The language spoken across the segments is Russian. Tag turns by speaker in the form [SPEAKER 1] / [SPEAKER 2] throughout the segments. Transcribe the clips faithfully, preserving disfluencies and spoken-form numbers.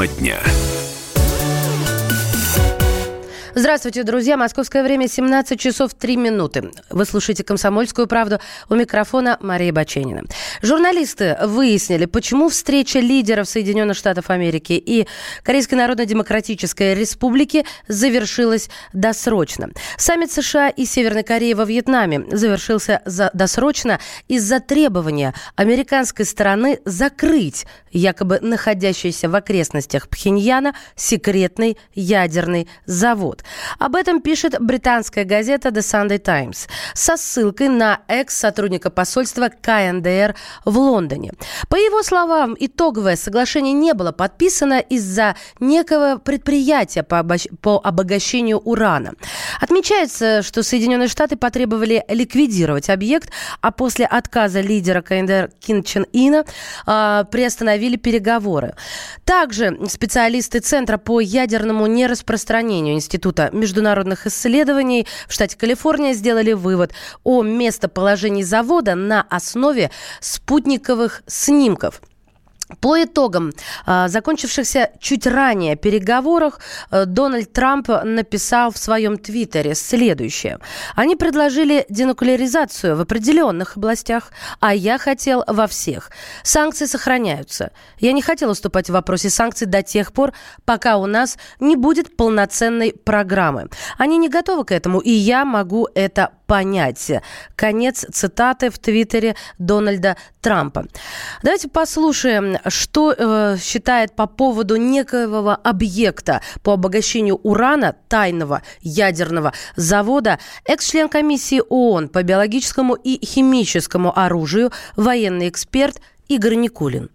[SPEAKER 1] Тема дня.
[SPEAKER 2] Здравствуйте, друзья. Московское время семнадцать часов три минуты. Вы слушаете «Комсомольскую правду». У микрофона Мария Баченина. Журналисты выяснили, почему встреча лидеров Соединенных Штатов Америки и Корейской Народно-Демократической Республики завершилась досрочно. Саммит США и Северной Кореи во Вьетнаме завершился за... досрочно из-за требования американской стороны закрыть якобы находящийся в окрестностях Пхеньяна секретный ядерный завод. Об этом пишет британская газета The Sunday Times со ссылкой на экс-сотрудника посольства ка эн дэ эр в Лондоне. По его словам, итоговое соглашение не было подписано из-за некого предприятия по, обо- по обогащению урана. Отмечается, что Соединенные Штаты потребовали ликвидировать объект, а после отказа лидера ка эн дэ эр Ким Чен Ына э, приостановили переговоры. Также специалисты Центра по ядерному нераспространению Института международных исследований в штате Калифорния сделали вывод о местоположении завода на основе спутниковых снимков. По итогам э, закончившихся чуть ранее переговоров э, Дональд Трамп написал в своем твиттере следующее. Они предложили денуклеаризацию в определенных областях, а я хотел во всех. Санкции сохраняются. Я не хотел уступать в вопросе санкций до тех пор, пока у нас не будет полноценной программы. Они не готовы к этому, и я могу это понять. Конец цитаты в твиттере Дональда Трампа. Давайте послушаем, что э, считает по поводу некоего объекта по обогащению урана тайного ядерного завода экс-член комиссии ООН по биологическому и химическому оружию, военный эксперт Игорь Никулин.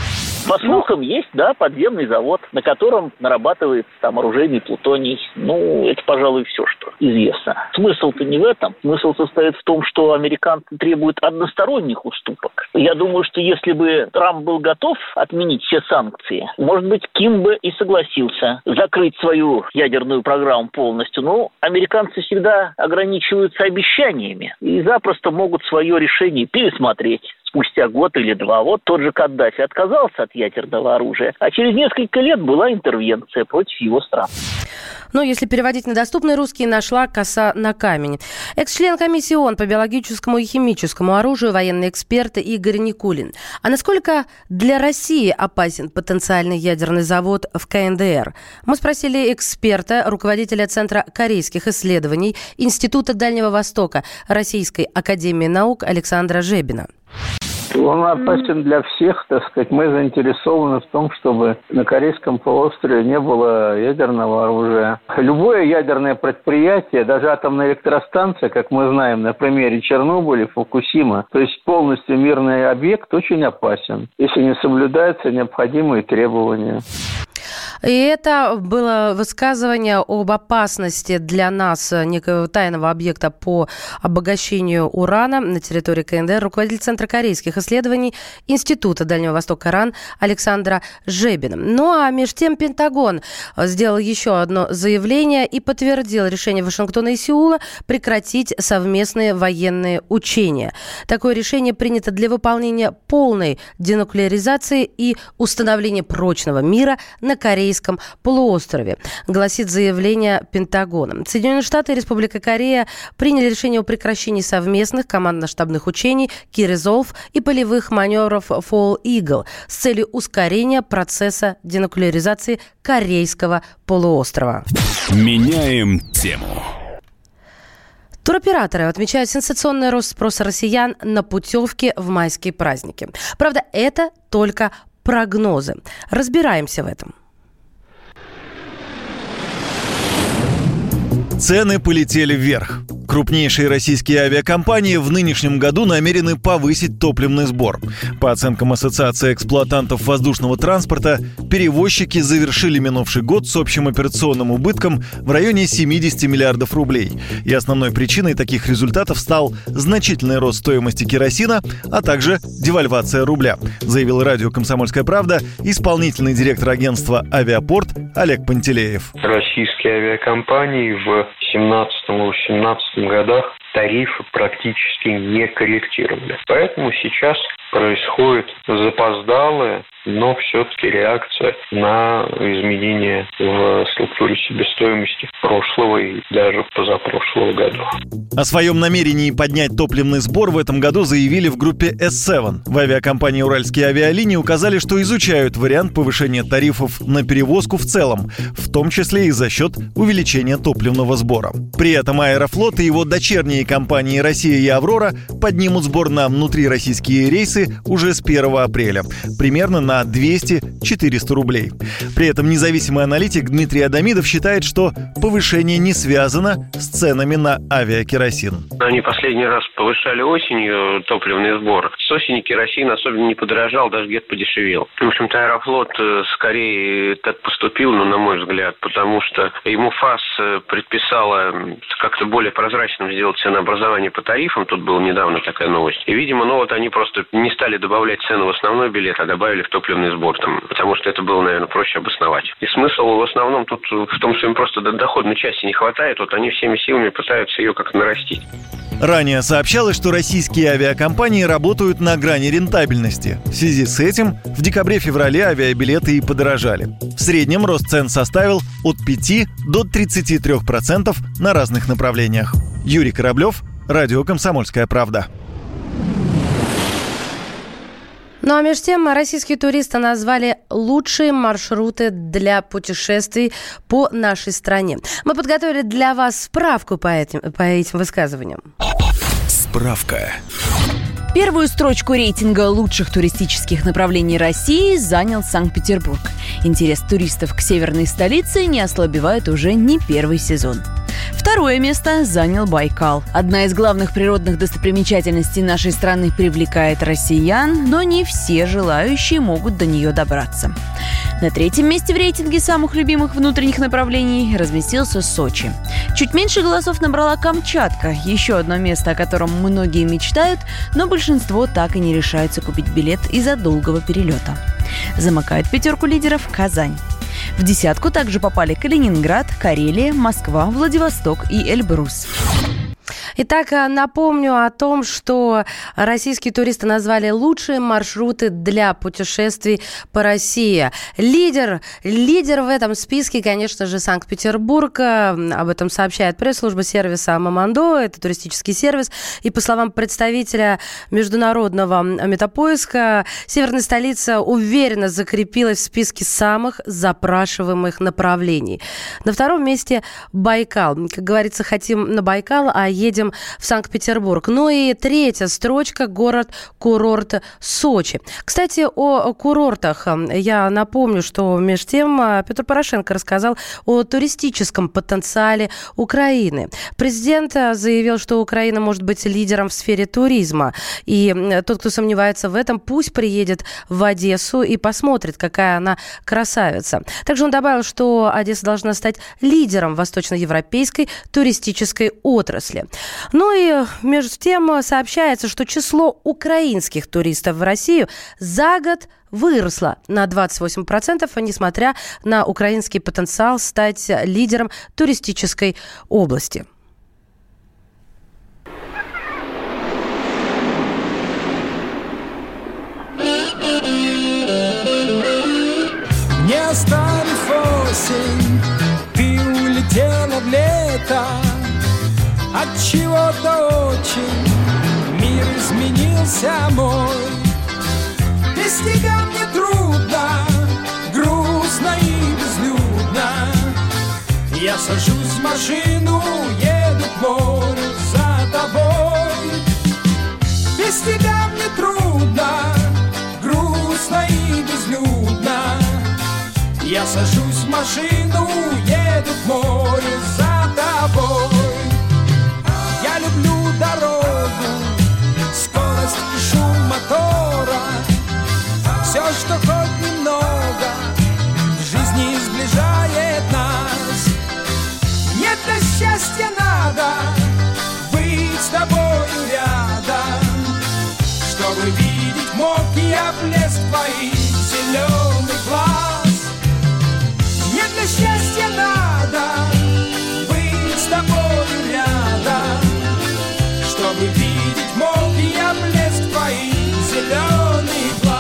[SPEAKER 3] По слухам, есть, да, подземный завод, на котором нарабатывается там оружейный плутоний. Ну, это, пожалуй, все, что известно. Смысл-то не в этом. Смысл состоит в том, что американцы требуют односторонних уступок. Я думаю, что если бы Трамп был готов отменить все санкции, может быть, Ким бы и согласился закрыть свою ядерную программу полностью. Но американцы всегда ограничиваются обещаниями и запросто могут свое решение пересмотреть спустя год или два. Вот тот же Каддафи отказался от ядерного оружия, а через несколько лет была интервенция против его стран.
[SPEAKER 2] Ну, если переводить на доступный русский, нашла коса на камень. Экс-член комиссии ООН по биологическому и химическому оружию, военный эксперт Игорь Никулин. А насколько для России опасен потенциальный ядерный завод в ка эн дэ эр? Мы спросили эксперта, руководителя Центра корейских исследований Института Дальнего Востока Российской академии наук Александра Жебина.
[SPEAKER 4] Он опасен для всех, так сказать. Мы заинтересованы в том, чтобы на Корейском полуострове не было ядерного оружия. Любое ядерное предприятие, даже атомная электростанция, как мы знаем на примере Чернобыля, Фукусима, то есть полностью мирный объект, очень опасен, если не соблюдаются необходимые требования.
[SPEAKER 2] И это было высказывание об опасности для нас некого тайного объекта по обогащению урана на территории ка эн дэ эр, руководитель Центра корейских исследований Института Дальнего Востока РАН Александра Жебина. Ну а между тем Пентагон сделал еще одно заявление и подтвердил решение Вашингтона и Сеула прекратить совместные военные учения. Такое решение принято для выполнения полной денуклеаризации и установления прочного мира на Корейском полуострове, гласит заявление Пентагона. Соединенные Штаты и Республика Корея приняли решение о прекращении совместных командно-штабных учений Key Resolve и полевых маневров Fall Eagle с целью ускорения процесса денуклеаризации Корейского полуострова.
[SPEAKER 1] Меняем тему.
[SPEAKER 2] Туроператоры отмечают сенсационный рост спроса россиян на путевки в майские праздники. Правда, это только прогнозы. Разбираемся в этом.
[SPEAKER 5] Цены полетели вверх. Крупнейшие российские авиакомпании в нынешнем году намерены повысить топливный сбор. По оценкам Ассоциации эксплуатантов воздушного транспорта, перевозчики завершили минувший год с общим операционным убытком в районе семьдесят миллиардов рублей. И основной причиной таких результатов стал значительный рост стоимости керосина, а также девальвация рубля, заявил радио «Комсомольская правда» исполнительный директор агентства «Авиапорт» Олег Пантелеев.
[SPEAKER 6] Российские авиакомпании в семнадцатом-восемнадцатом годах тарифы практически не корректировали. Поэтому сейчас происходит запоздалая, но все-таки реакция на изменения в структуре себестоимости прошлого и даже позапрошлого года.
[SPEAKER 5] О своем намерении поднять топливный сбор в этом году заявили в группе эс семь. В авиакомпании «Уральские авиалинии» указали, что изучают вариант повышения тарифов на перевозку в целом, в том числе и за счет увеличения топливного сбора. При этом «Аэрофлот» и его дочерние компании «Россия» и «Аврора» поднимут сбор на внутрироссийские рейсы уже с первого апреля, примерно на двести-четыреста рублей. При этом независимый аналитик Дмитрий Адамидов считает, что повышение не связано с ценами на авиакеросин.
[SPEAKER 6] Они последний раз повышали осенью топливный сбор. С осени керосин особенно не подорожал, даже где-то подешевел. В общем-то, «Аэрофлот» скорее так поступил, ну, на мой взгляд, потому что ему ФАС предписала как-то более прозрачным сделать ценообразование по тарифам. Тут была недавно такая новость. И, видимо, ну вот они просто не стали добавлять цену в основной билет, а добавили в топливный сбор, там, потому что это было, наверное, проще обосновать. И смысл в основном тут в том, что им просто доходной части не хватает, вот они всеми силами пытаются ее как-то нарастить.
[SPEAKER 5] Ранее сообщалось, что российские авиакомпании работают на грани рентабельности. В связи с этим в декабре-феврале авиабилеты и подорожали. В среднем рост цен составил от пяти до тридцати трёх процентов на разных направлениях. Юрий Кораблев, радио «Комсомольская правда».
[SPEAKER 2] Ну а между тем, российские туристы назвали лучшие маршруты для путешествий по нашей стране. Мы подготовили для вас справку по этим, по этим высказываниям.
[SPEAKER 1] Справка.
[SPEAKER 7] Первую строчку рейтинга лучших туристических направлений России занял Санкт-Петербург. Интерес туристов к северной столице не ослабевает уже не первый сезон. Второе место занял Байкал. Одна из главных природных достопримечательностей нашей страны привлекает россиян, но не все желающие могут до нее добраться. На третьем месте в рейтинге самых любимых внутренних направлений разместился Сочи. Чуть меньше голосов набрала Камчатка, еще одно место, о котором многие мечтают, но большинство так и не решаются купить билет из-за долгого перелета. Замыкает пятерку лидеров Казань. В десятку также попали Калининград, Карелия, Москва, Владивосток и Эльбрус.
[SPEAKER 2] Итак, напомню о том, что российские туристы назвали лучшие маршруты для путешествий по России. Лидер, лидер в этом списке, конечно же, Санкт-Петербург. Об этом сообщает пресс-служба сервиса «Мамондо». Это туристический сервис. И по словам представителя международного метапоиска, северная столица уверенно закрепилась в списке самых запрашиваемых направлений. На втором месте Байкал. Как говорится, хотим на Байкал, а едем в Санкт-Петербург. Ну и третья строчка – город-курорт Сочи. Кстати, о курортах. Я напомню, что между тем Петр Порошенко рассказал о туристическом потенциале Украины. Президент заявил, что Украина может быть лидером в сфере туризма. И тот, кто сомневается в этом, пусть приедет в Одессу и посмотрит, какая она красавица. Также он добавил, что Одесса должна стать лидером восточноевропейской туристической отрасли. Ну и между тем сообщается, что число украинских туристов в Россию за год выросло на двадцать восемь процентов, несмотря на украинский потенциал стать лидером туристической области.
[SPEAKER 8] Не оставив осень, ты улетела в лето. От чего-то очень мир изменился мой. Без тебя мне трудно, грустно и безлюдно. Я сажусь в машину, еду к морю за тобой. Без тебя мне трудно, грустно и безлюдно. Я сажусь в машину, еду к морю за тобой. Я люблю дорогу, скорость и шум мотора. Все, что хоть немного в жизни сближает нас. Мне для счастья надо быть с тобою рядом, чтобы видеть мог я блеск твоих зеленых глаз. Мне для счастья надо быть с тобою рядом, видеть мог я блеск твоих зеленых глаз.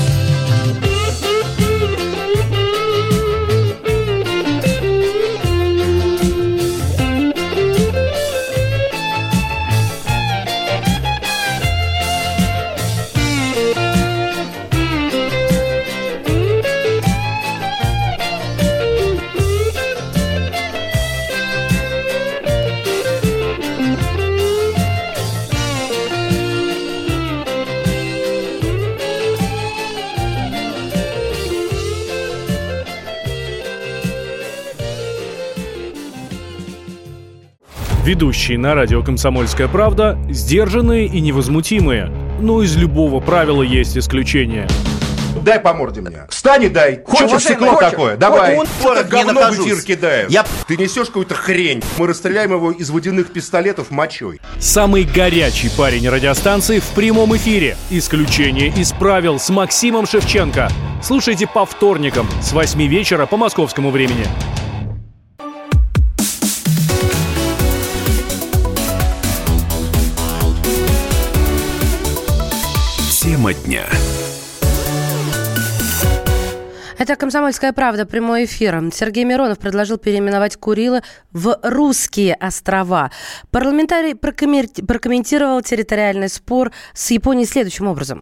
[SPEAKER 9] Ведущие на радио «Комсомольская правда» сдержанные и невозмутимые. Но из любого правила есть исключение.
[SPEAKER 10] Дай по морде мне. Встань и дай. Хочешь
[SPEAKER 11] Чё,
[SPEAKER 10] стекло
[SPEAKER 11] хочешь?
[SPEAKER 10] такое? Давай.
[SPEAKER 11] Он,
[SPEAKER 10] Что-то говно в
[SPEAKER 11] накажусь.
[SPEAKER 10] эфир кидаешь.
[SPEAKER 11] Я...
[SPEAKER 10] Ты несешь какую-то хрень. Мы расстреляем его из водяных пистолетов мочой.
[SPEAKER 9] Самый горячий парень радиостанции в прямом эфире. Исключение из правил с Максимом Шевченко. Слушайте по вторникам с восьми вечера по московскому времени.
[SPEAKER 1] Тема дня.
[SPEAKER 2] Это «Комсомольская правда», прямой эфир. Сергей Миронов предложил переименовать Курилы в Русские острова. Парламентарий прокомментировал территориальный спор с Японией следующим образом.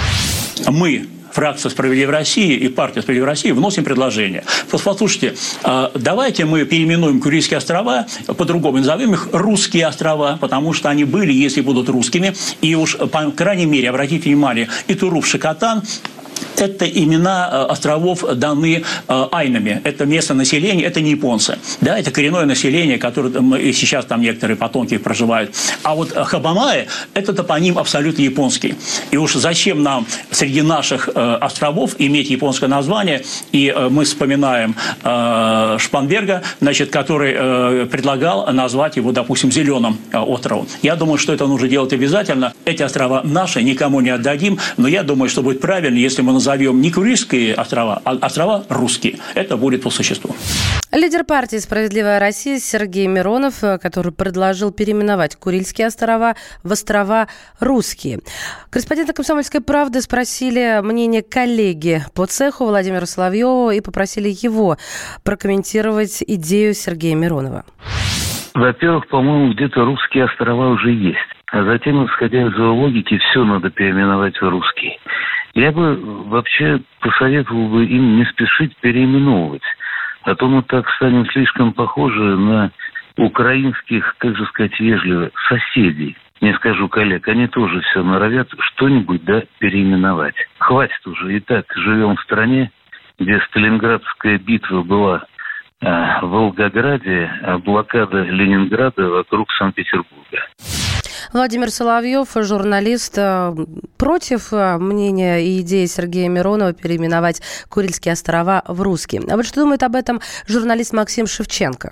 [SPEAKER 12] Мы, фракция «Справедливая Россия» и партия «Справедливая Россия» вносим предложение. Послушайте, давайте мы переименуем Курильские острова, по-другому назовем их «Русские острова», потому что они были, если будут русскими. И уж, по крайней мере, обратите внимание, и Туруп, Шикотан – это имена островов даны айнами. Это местное население, это не японцы. Да, это коренное население, которое и сейчас там некоторые потомки проживают. А вот Хабамаи – это топоним абсолютно японский. И уж зачем нам среди наших островов иметь японское название? И мы вспоминаем Шпанберга, значит, который предлагал назвать его, допустим, Зеленым островом. Я думаю, что это нужно делать обязательно. Эти острова наши, никому не отдадим. Но я думаю, что будет правильно, если мы назовем не Курильские острова, а острова русские. Это будет по существу.
[SPEAKER 2] Лидер партии «Справедливая Россия» Сергей Миронов, который предложил переименовать Курильские острова в острова русские. Корреспонденты «Комсомольской правды» спросили мнение коллеги по цеху Владимира Соловьева и попросили его прокомментировать идею Сергея Миронова.
[SPEAKER 13] Во-первых, по-моему, где-то русские острова уже есть. А затем, исходя из его логики, все надо переименовать в русские. Я бы вообще посоветовал бы им не спешить переименовывать. А то мы так станем слишком похожи на украинских, как же сказать вежливо, соседей. Не скажу коллег, они тоже все норовят что-нибудь, да, переименовать. Хватит уже, и так живем в стране, где Сталинградская битва была а, в Волгограде, а блокада Ленинграда вокруг Санкт-Петербурга.
[SPEAKER 2] Владимир Соловьев, журналист, против мнения и идеи Сергея Миронова переименовать Курильские острова в русские. А вот что думает об этом журналист Максим Шевченко?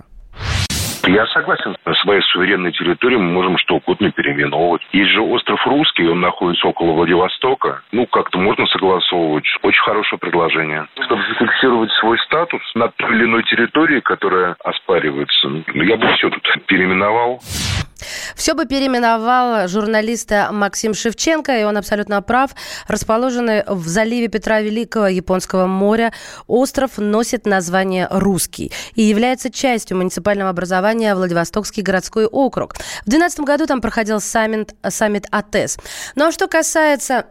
[SPEAKER 14] Я согласен. На своей суверенной территории мы можем что угодно переименовывать. Есть же остров Русский, он находится около Владивостока. Ну, как-то можно согласовывать. Очень хорошее предложение. Чтобы зафиксировать свой статус на той или иной территории, которая оспаривается, я бы все тут переименовал.
[SPEAKER 2] Все бы переименовал журналиста Максим Шевченко, и он абсолютно прав. Расположенный в заливе Петра Великого Японского моря, остров носит название «Русский» и является частью муниципального образования Владивостокский городской округ. В две тысячи двенадцатом году там проходил саммит, саммит АТЭС. Ну а что касается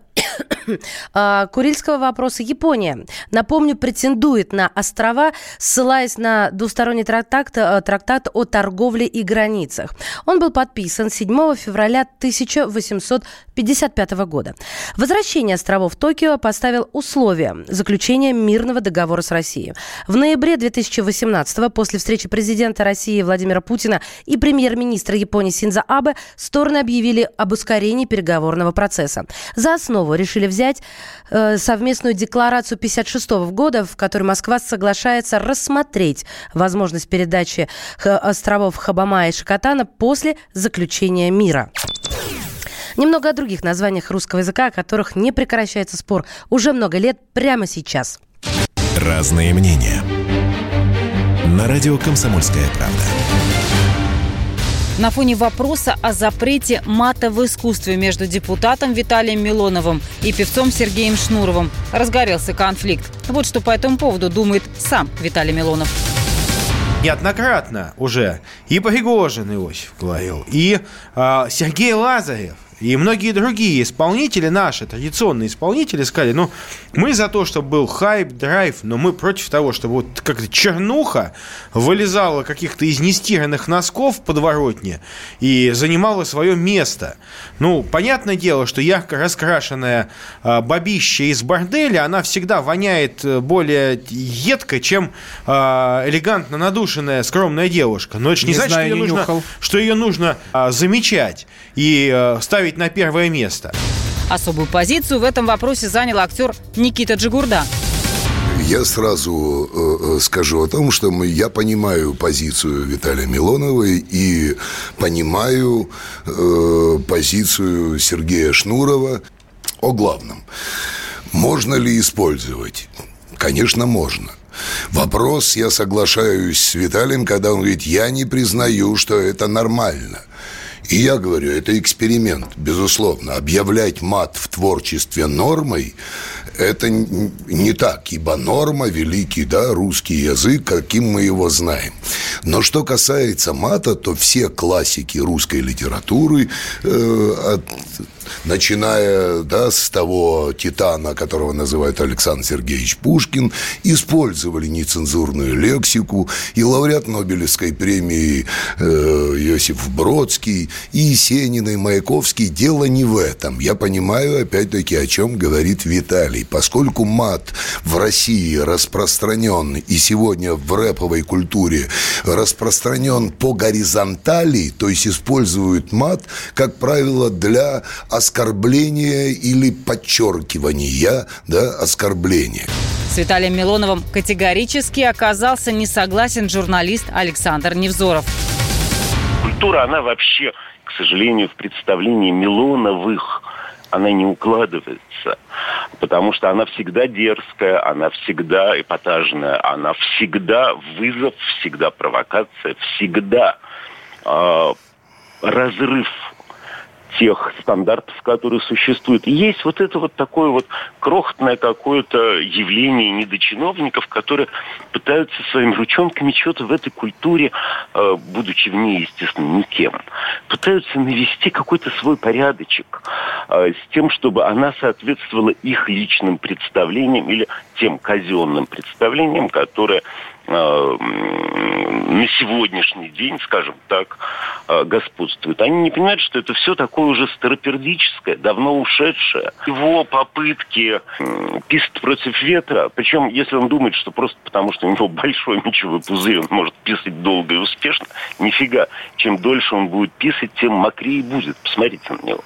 [SPEAKER 2] Курильского вопроса, Япония, напомню, претендует на острова, ссылаясь на двусторонний трактат, трактат о торговле и границах. Он был подписан седьмого февраля тысяча восемьсот пятьдесят пятого года. Возвращение островов Токио поставил условия заключения мирного договора с Россией. В ноябре две тысячи восемнадцатого, после встречи президента России Владимира Путина и премьер-министра Японии Синдзо Абе, стороны объявили об ускорении переговорного процесса. За основу решили взять э, совместную декларацию пятьдесят шестого года, в которой Москва соглашается рассмотреть возможность передачи х- островов Хабамаи и Шикотана после заключения мира. Немного о других названиях русского языка, о которых не прекращается спор уже много лет, прямо сейчас.
[SPEAKER 1] Разные мнения. На радио «Комсомольская правда».
[SPEAKER 7] На фоне вопроса о запрете мата в искусстве между депутатом Виталием Милоновым и певцом Сергеем Шнуровым разгорелся конфликт. Вот что по этому поводу думает сам Виталий Милонов.
[SPEAKER 11] Неоднократно уже и Пригожин Иосиф говорил, и э, Сергей Лазарев, и многие другие исполнители, наши традиционные исполнители, сказали, ну, мы за то, чтобы был хайп, драйв, но мы против того, чтобы вот как-то чернуха вылезала каких-то из нестиранных носков в подворотне и занимала свое место. Ну, понятное дело, что ярко раскрашенная э, бабища из борделя, она всегда воняет более едко, чем э, элегантно надушенная скромная девушка. Но это же не, не значит, знаю, что, ее нужно, что ее нужно э, замечать и э, ставить на первое место.
[SPEAKER 7] Особую позицию в этом вопросе занял актер Никита Джигурда.
[SPEAKER 15] Я сразу э, скажу о том, что мы, я понимаю позицию Виталия Милонова и понимаю э, позицию Сергея Шнурова о главном. Можно ли использовать? Конечно, можно. Вопрос, я соглашаюсь с Виталием, когда он говорит, я не признаю, что это нормально. И я говорю, это эксперимент, безусловно. Объявлять мат в творчестве нормой – это не так, ибо норма – великий, да, русский язык, каким мы его знаем. Но что касается мата, то все классики русской литературы, э, от, начиная, да, с того титана, которого называют Александр Сергеевич Пушкин, использовали нецензурную лексику, и лауреат Нобелевской премии э, Иосиф Бродский, и Есенин, и Маяковский. Дело не в этом. Я понимаю, опять-таки, о чем говорит Виталий. Поскольку мат в России распространен, и сегодня в рэповой культуре распространен по горизонтали, то есть используют мат, как правило, для оскорбления или подчеркивания, да, оскорбления.
[SPEAKER 7] С Виталием Милоновым категорически оказался не согласен журналист Александр Невзоров.
[SPEAKER 16] Культура, она вообще, к сожалению, в представлении Милоновых, она не укладывается, потому что она всегда дерзкая, она всегда эпатажная, она всегда вызов, всегда провокация, всегда э, разрыв тех стандартов, которые существуют. И есть вот это вот такое вот крохотное какое-то явление недочиновников, которые пытаются своими ручонками что-то в этой культуре, э, будучи в ней, естественно, никем, пытаются навести какой-то свой порядочек э, с тем, чтобы она соответствовала их личным представлениям или тем казенным представлениям, которые на сегодняшний день, скажем так, господствует. Они не понимают, что это все такое уже старопердическое, давно ушедшее. Его попытки писать против ветра, причем если он думает, что просто потому, что у него большой мочевой пузырь, он может писать долго и успешно, нифига. Чем дольше он будет писать, тем мокрее будет. Посмотрите на него.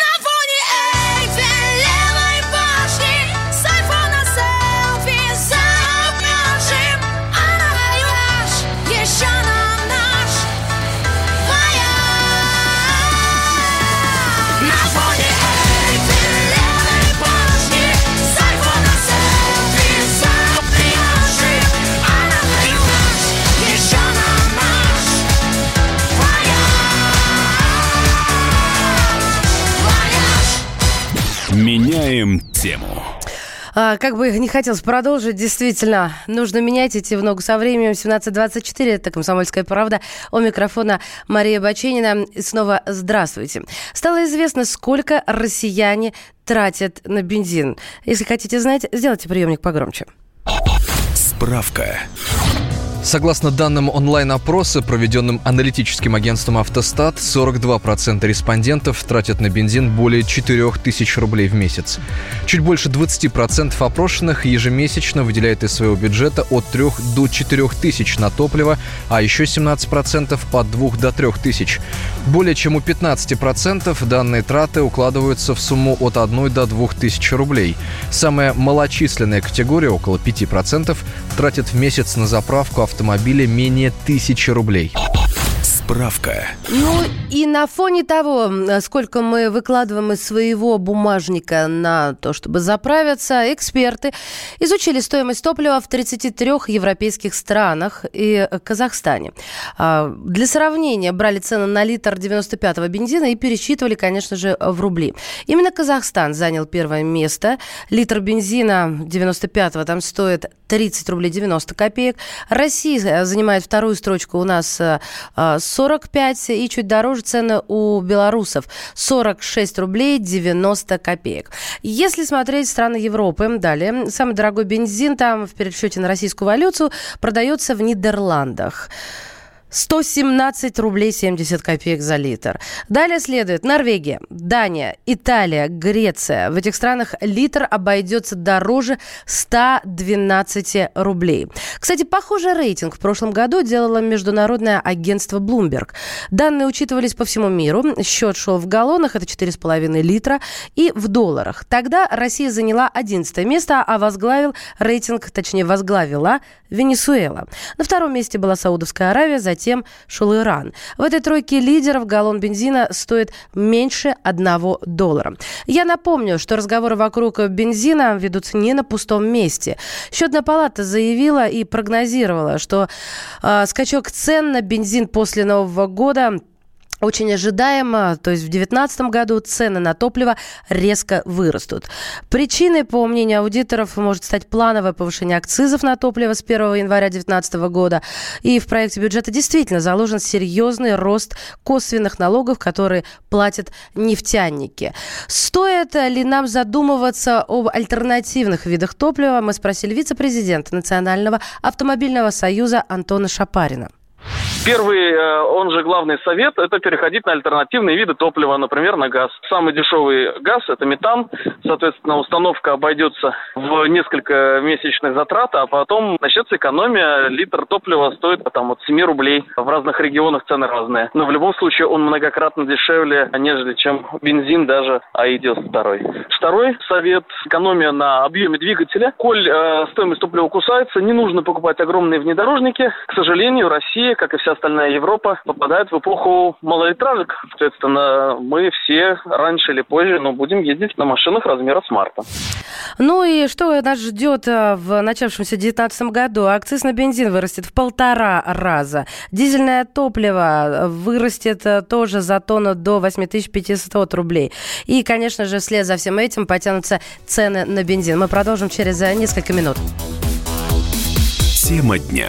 [SPEAKER 1] Меняем тему.
[SPEAKER 2] А, как бы не хотелось продолжить, действительно, нужно менять, идти в ногу со временем. семнадцать двадцать четыре, это «Комсомольская правда». У микрофона Мария Баченина. И снова здравствуйте. Стало известно, сколько россияне тратят на бензин. Если хотите знать, сделайте приемник погромче.
[SPEAKER 1] Справка.
[SPEAKER 17] Согласно данным онлайн-опроса, проведенным аналитическим агентством «Автостат», сорок два процента респондентов тратят на бензин более четыре тысячи рублей в месяц. Чуть больше двадцать процентов опрошенных ежемесячно выделяют из своего бюджета от трёх до четырёх тысяч на топливо, а еще семнадцать процентов от двух до трёх тысяч. Более чем у пятнадцати процентов данные траты укладываются в сумму от одной до двух тысяч рублей. Самая малочисленная категория, около пяти процентов, тратит в месяц на заправку автомобиля менее тысячи рублей.
[SPEAKER 1] Справка.
[SPEAKER 2] Ну и на фоне того, сколько мы выкладываем из своего бумажника на то, чтобы заправиться, эксперты изучили стоимость топлива в тридцати трёх европейских странах и Казахстане. Для сравнения брали цены на литр девяносто пятого бензина и пересчитывали, конечно же, в рубли. Именно Казахстан занял первое место. Литр бензина девяносто пятого там стоит тридцать рублей девяносто копеек. Россия занимает вторую строчку, у нас сорок пять, и чуть дороже цены у белорусов сорок шесть рублей девяносто копеек. Если смотреть страны Европы, далее, самый дорогой бензин там в пересчете на российскую валюту продается в Нидерландах. сто семнадцать рублей семьдесят копеек за литр. Далее следует Норвегия, Дания, Италия, Греция. В этих странах литр обойдется дороже ста двенадцати рублей. Кстати, похожий рейтинг в прошлом году делало международное агентство Bloomberg. Данные учитывались по всему миру. Счет шел в галлонах, это четыре с половиной литра, и в долларах. Тогда Россия заняла одиннадцатое место, а возглавил рейтинг, точнее возглавила Венесуэла. На втором месте была Саудовская Аравия, затем шел Иран. В этой тройке лидеров галлон бензина стоит меньше одного доллара. Я напомню, что разговоры вокруг бензина ведутся не на пустом месте. Счетная палата заявила и прогнозировала, что э, скачок цен на бензин после Нового года очень ожидаемо, то есть в две тысячи девятнадцатом году цены на топливо резко вырастут. Причиной, по мнению аудиторов, может стать плановое повышение акцизов на топливо с первого января две тысячи девятнадцатого года. И в проекте бюджета действительно заложен серьезный рост косвенных налогов, которые платят нефтяники. Стоит ли нам задумываться об альтернативных видах топлива, мы спросили вице-президента Национального автомобильного союза Антона Шапарина.
[SPEAKER 18] Первый, он же главный совет, это переходить на альтернативные виды топлива, например, на газ. Самый дешевый газ – это метан. Соответственно, установка обойдется в несколько месячных затрат, а потом начнется экономия. Литр топлива стоит там, от семи рублей. В разных регионах цены разные. Но в любом случае он многократно дешевле, нежели чем бензин, даже АИДИОС второй. Второй совет – экономия на объеме двигателя. Коль э, стоимость топлива кусается, не нужно покупать огромные внедорожники. К сожалению, Россия, как и вся остальная Европа, попадает в эпоху малолитражек. Соответственно, мы все раньше или позже, но будем ездить на машинах размера смарта.
[SPEAKER 2] Ну и что нас ждет в начавшемся две тысячи девятнадцатом году? Акциз на бензин вырастет в полтора раза. Дизельное топливо вырастет тоже за тонну до восемь тысяч пятьсот рублей. И, конечно же, вслед за всем этим потянутся цены на бензин. Мы продолжим через несколько минут.
[SPEAKER 1] Тема дня.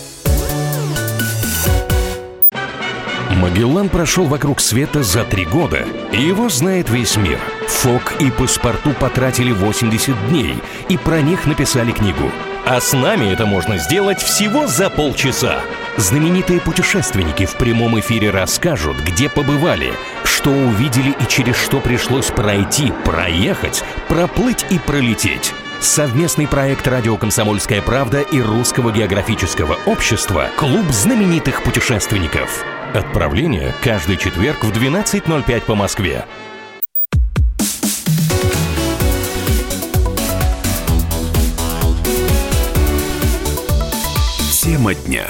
[SPEAKER 1] Магеллан прошел вокруг света за три года, и его знает весь мир. Фок и Паспарту потратили восемьдесят дней, и про них написали книгу. А с нами это можно сделать всего за полчаса. Знаменитые путешественники в прямом эфире расскажут, где побывали, что увидели и через что пришлось пройти, проехать, проплыть и пролететь. Совместный проект «Радио Комсомольская правда» и Русского географического общества «Клуб знаменитых путешественников». Отправление каждый четверг в двенадцать ноль пять по Москве. Тема дня.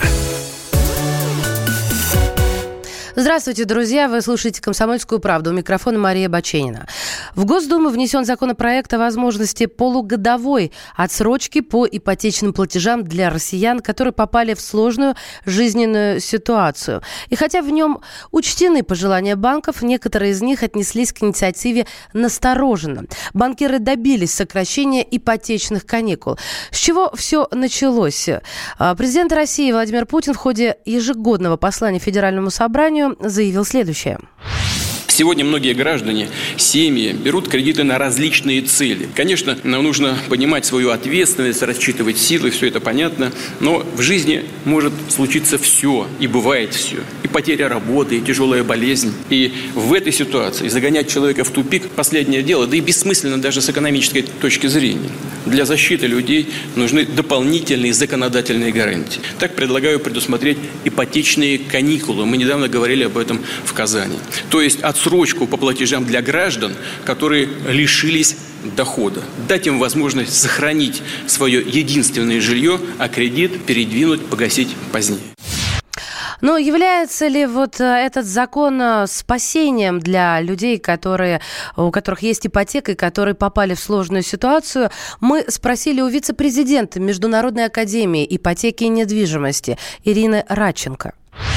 [SPEAKER 2] Здравствуйте, друзья! Вы слушаете «Комсомольскую правду». У микрофона Мария Баченина. В Госдуму внесен законопроект о возможности полугодовой отсрочки по ипотечным платежам для россиян, которые попали в сложную жизненную ситуацию. И хотя в нем учтены пожелания банков, некоторые из них отнеслись к инициативе настороженно. Банкиры добились сокращения ипотечных каникул. С чего все началось? Президент России Владимир Путин в ходе ежегодного послания Федеральному собранию заявил следующее.
[SPEAKER 19] Сегодня многие граждане, семьи берут кредиты на различные цели. Конечно, нам нужно понимать свою ответственность, рассчитывать силы, все это понятно. Но в жизни может случиться все, и бывает все. И потеря работы, и тяжелая болезнь. И в этой ситуации загонять человека в тупик – последнее дело, да и бессмысленно даже с экономической точки зрения. Для защиты людей нужны дополнительные законодательные гарантии. Так предлагаю предусмотреть ипотечные каникулы. Мы недавно говорили об этом в Казани. То есть отсрочку по платежам для граждан, которые лишились дохода. Дать им возможность сохранить свое единственное жилье, а кредит передвинуть, погасить позднее.
[SPEAKER 2] Но является ли вот этот закон спасением для людей, которые, у которых есть ипотека и которые попали в сложную ситуацию? Мы спросили у вице-президента Международной академии ипотеки и недвижимости Ирины Радченко.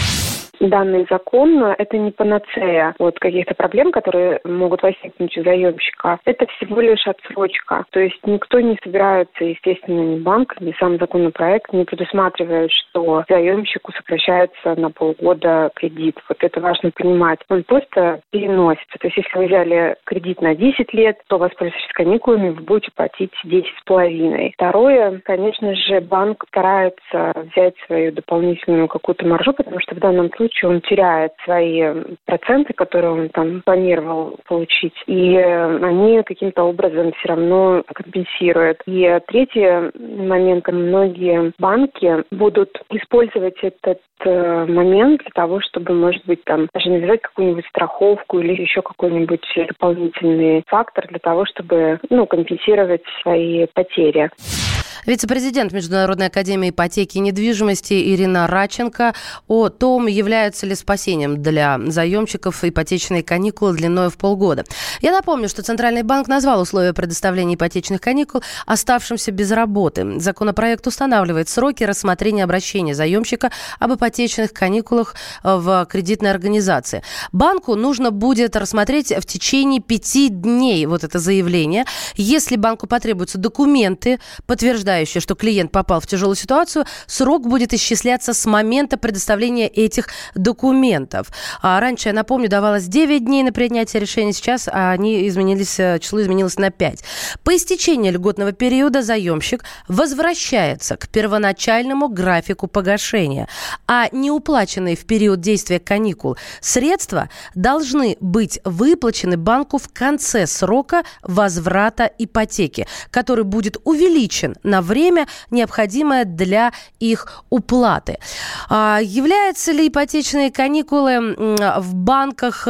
[SPEAKER 20] Данный закон – это не панацея от каких-то проблем, которые могут возникнуть у заемщика. Это всего лишь отсрочка. То есть никто не собирается, естественно, ни банк, ни сам законопроект не предусматривает, что заемщику сокращается на полгода кредит. Вот это важно понимать. Он просто переносится. То есть если вы взяли кредит на десять лет, то, воспользовавшись каникулами, вы будете платить десять с половиной. Второе, конечно же, банк старается взять свою дополнительную какую-то маржу, потому что в данном случае он теряет свои проценты, которые он там планировал получить, и они каким-то образом все равно компенсируют. И третий момент, многие банки будут использовать этот момент для того, чтобы, может быть, там даже навязать какую-нибудь страховку или еще какой-нибудь дополнительный фактор для того, чтобы, ну, компенсировать свои потери.
[SPEAKER 2] Вице-президент Международной академии ипотеки и недвижимости Ирина Радченко о том, являются ли спасением для заемщиков ипотечные каникулы длиной в полгода. Я напомню, что Центральный банк назвал условия предоставления ипотечных каникул оставшимся без работы. Законопроект устанавливает сроки рассмотрения обращения заемщика об ипотечных каникулах в кредитной организации. Банку нужно будет рассмотреть в течение пяти дней вот это заявление. Если банку потребуются документы, подтверждающие, что клиент попал в тяжелую ситуацию, срок будет исчисляться с момента предоставления этих документов. А раньше, я напомню, давалось девять дней на принятие решения, сейчас они изменились, число изменилось на пять. По истечении льготного периода заемщик возвращается к первоначальному графику погашения, а неуплаченные в период действия каникул средства должны быть выплачены банку в конце срока возврата ипотеки, который будет увеличен на время, необходимое для их уплаты. А являются ли ипотечные каникулы в банках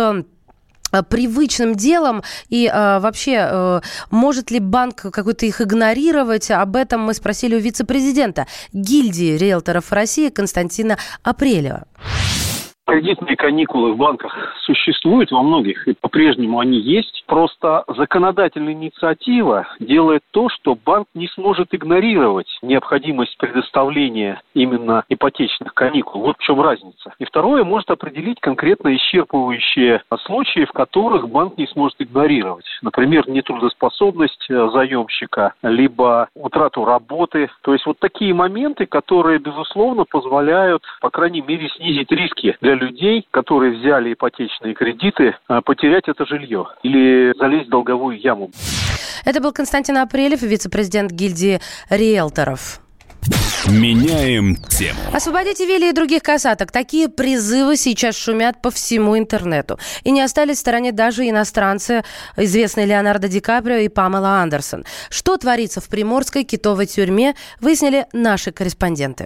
[SPEAKER 2] привычным делом, и э, вообще э, может ли банк какой-то их игнорировать? Об этом мы спросили у вице-президента гильдии риэлторов России Константина Апрелева.
[SPEAKER 21] Кредитные каникулы в банках существуют во многих, и по-прежнему они есть. Просто законодательная инициатива делает то, что банк не сможет игнорировать необходимость предоставления именно ипотечных каникул. Вот в чем разница. И второе, может определить конкретно исчерпывающие случаи, в которых банк не сможет игнорировать. Например, нетрудоспособность заемщика, либо утрату работы. То есть вот такие моменты, которые, безусловно, позволяют, по крайней мере, снизить риски для людей, которые взяли ипотечные кредиты, потерять это жилье или залезть в долговую яму.
[SPEAKER 2] Это был Константин Апрелев, вице-президент гильдии риэлторов.
[SPEAKER 1] Меняем тему.
[SPEAKER 2] Освободите Вилли и других косаток. Такие призывы сейчас шумят по всему интернету. И не остались в стороне даже иностранцы, известные Леонардо Ди Каприо и Памела Андерсон. Что творится в приморской китовой тюрьме, выяснили наши корреспонденты.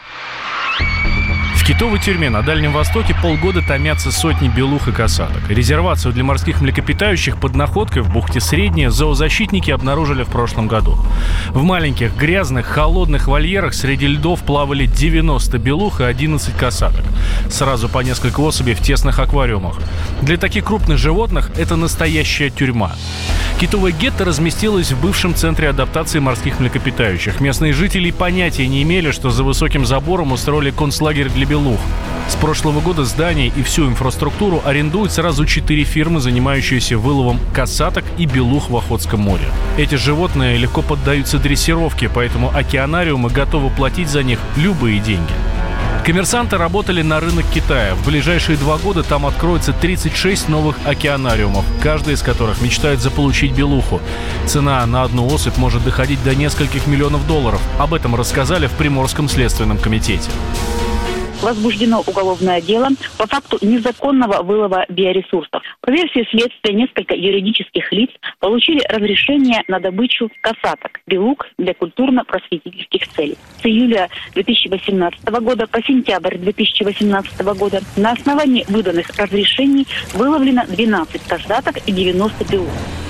[SPEAKER 9] В китовой тюрьме на Дальнем Востоке полгода томятся сотни белух и косаток. Резервацию для морских млекопитающих под находкой в бухте Средняя зоозащитники обнаружили в прошлом году. В маленьких, грязных, холодных вольерах среди льдов плавали девяносто белух и одиннадцать косаток. Сразу по несколько особей в тесных аквариумах. Для таких крупных животных это настоящая тюрьма. Китовое гетто разместилось в бывшем центре адаптации морских млекопитающих. Местные жители понятия не имели, что за высоким забором устроили концлагерь для белух. С прошлого года здание и всю инфраструктуру арендуют сразу четыре фирмы, занимающиеся выловом косаток и белух в Охотском море. Эти животные легко поддаются дрессировке, поэтому океанариумы готовы платить за них любые деньги. Коммерсанты работали на рынок Китая. В ближайшие два года там откроется тридцать шесть новых океанариумов, каждый из которых мечтает заполучить белуху. Цена на одну особь может доходить до нескольких миллионов долларов. Об этом рассказали в Приморском следственном комитете.
[SPEAKER 22] Возбуждено уголовное дело по факту незаконного вылова биоресурсов. По версии следствия, несколько юридических лиц получили разрешение на добычу косаток, белуг для культурно-просветительских целей. С июля две тысячи восемнадцатого года по сентябрь две тысячи восемнадцатого года на основании выданных разрешений выловлено двенадцать косаток и девяносто белуг.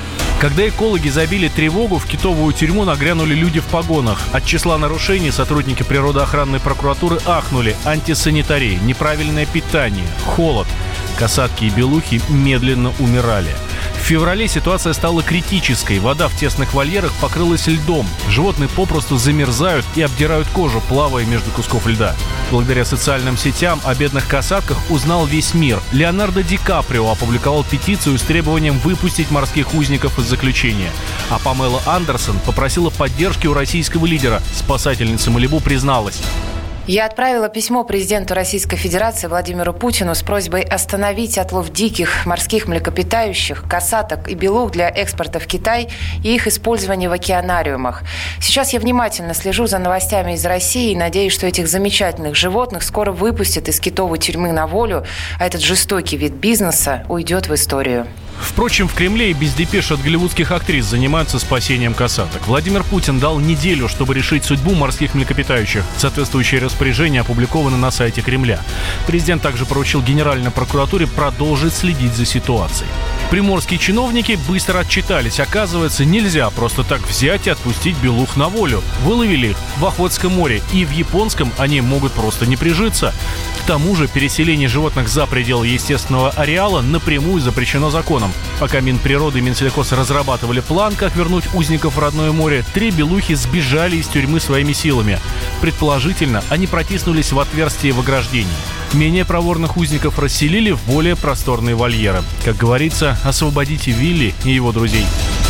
[SPEAKER 9] Когда экологи забили тревогу, в китовую тюрьму нагрянули люди в погонах. От числа нарушений сотрудники природоохранной прокуратуры ахнули: антисанитария, неправильное питание, холод. Касатки и белухи медленно умирали. В феврале ситуация стала критической. Вода в тесных вольерах покрылась льдом. Животные попросту замерзают и обдирают кожу, плавая между кусков льда. Благодаря социальным сетям о бедных касатках узнал весь мир. Леонардо Ди Каприо опубликовал петицию с требованием выпустить морских узников из заключения. А Памела Андерсон попросила поддержки у российского лидера. Спасательница Малибу призналась:
[SPEAKER 3] Я отправила письмо президенту Российской Федерации Владимиру Путину с просьбой остановить отлов диких морских млекопитающих, касаток и белух для экспорта в Китай и их использование в океанариумах. Сейчас я внимательно слежу за новостями из России и надеюсь, что этих замечательных животных скоро выпустят из китовой тюрьмы на волю, а этот жестокий вид бизнеса уйдет в историю.
[SPEAKER 9] Впрочем, в Кремле и без депеш от голливудских актрис занимаются спасением касаток. Владимир Путин дал неделю, чтобы решить судьбу морских млекопитающих. Соответствующее распоряжение опубликовано на сайте Кремля. Президент также поручил Генеральной прокуратуре продолжить следить за ситуацией. Приморские чиновники быстро отчитались. Оказывается, нельзя просто так взять и отпустить белух на волю. Выловили их в Охотском море, и в Японском они могут просто не прижиться. К тому же переселение животных за пределы естественного ареала напрямую запрещено законом. Пока Минприроды и Минсельхоз разрабатывали план, как вернуть узников в родное море, три белухи сбежали из тюрьмы своими силами. Предположительно, они протиснулись в отверстие в ограждении. Менее проворных узников расселили в более просторные вольеры. Как говорится, освободите Вилли и его друзей.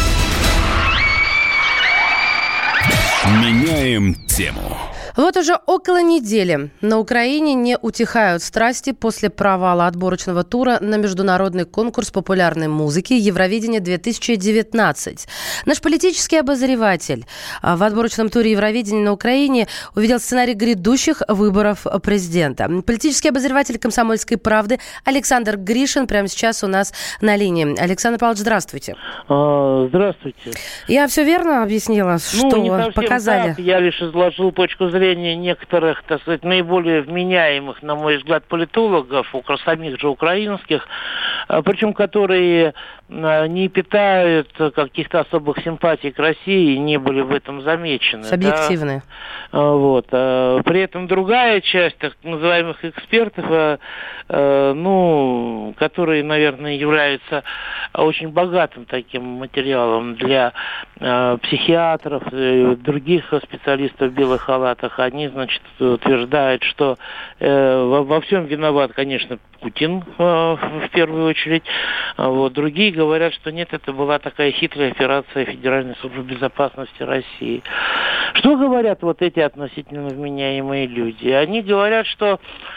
[SPEAKER 1] Меняем тему.
[SPEAKER 2] Вот уже около недели на Украине не утихают страсти после провала отборочного тура на международный конкурс популярной музыки «Евровидение-две тысячи девятнадцать». Наш политический обозреватель в отборочном туре Евровидения на Украине увидел сценарий грядущих выборов президента. Политический обозреватель «Комсомольской правды» Александр Гришин прямо сейчас у нас на линии. Александр Павлович, здравствуйте.
[SPEAKER 4] А, здравствуйте.
[SPEAKER 2] Я все верно объяснила, что
[SPEAKER 4] ну, не совсем
[SPEAKER 2] показали?
[SPEAKER 4] Так. Я лишь изложил точку зрения некоторых, так сказать, наиболее вменяемых, на мой взгляд, политологов, самих же украинских, причем которые не питают каких-то особых симпатий к России и не были в этом замечены.
[SPEAKER 2] Субъективны.
[SPEAKER 4] Да? Вот. При этом другая часть так называемых экспертов, ну, которые, наверное, являются очень богатым таким материалом для психиатров и других специалистов в белых халатах, они, значит, утверждают, что э, во, во всем виноват, конечно, Путин э, в первую очередь. Вот. Другие говорят, что нет, это была такая хитрая операция Федеральной службы безопасности России. Что говорят вот эти относительно вменяемые люди? Они говорят, что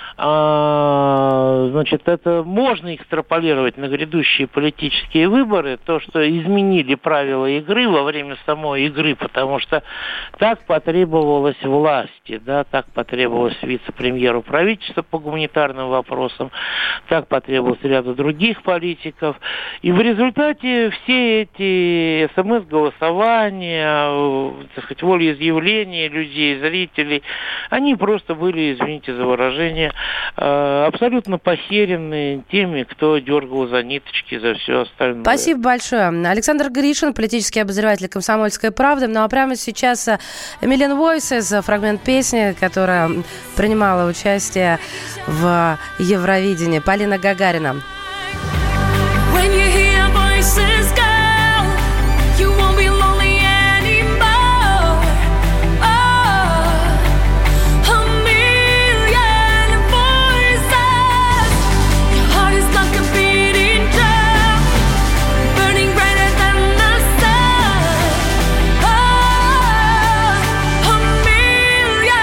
[SPEAKER 4] а, значит, это можно экстраполировать на грядущие политические выборы, то, что изменили правила игры во время самой игры, потому что так потребовалось власти, да, так потребовалось вице-премьеру правительства по гуманитарным вопросам, так потребовалось ряду других политиков. И в результате все эти смс-голосования, так сказать, волеизъявления людей, зрителей, они просто были, извините за выражение, абсолютно похерены теми, кто дергал за ниточки, за все остальное.
[SPEAKER 2] Спасибо большое. Александр Гришин, политический обозреватель «Комсомольской правды». Ну а прямо сейчас Эмилиан Войсес, фрагмент песни, которая принимала участие в Евровидении. Полина Гагарина.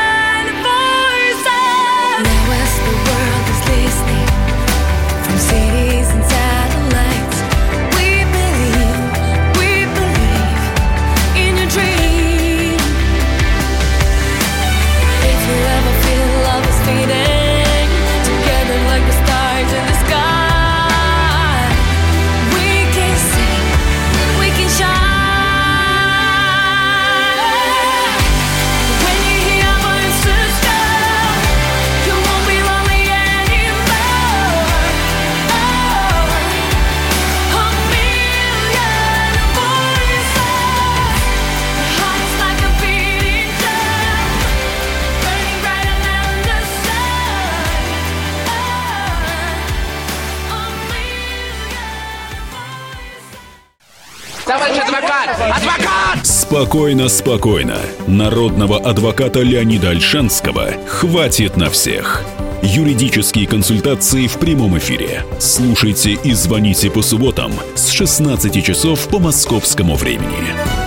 [SPEAKER 23] See
[SPEAKER 8] Товарищ адвокат! Адвокат!
[SPEAKER 5] Спокойно, спокойно. Народного адвоката Леонида Ольшанского хватит на всех. Юридические консультации в прямом эфире. Слушайте и звоните по субботам с шестнадцати часов по московскому времени.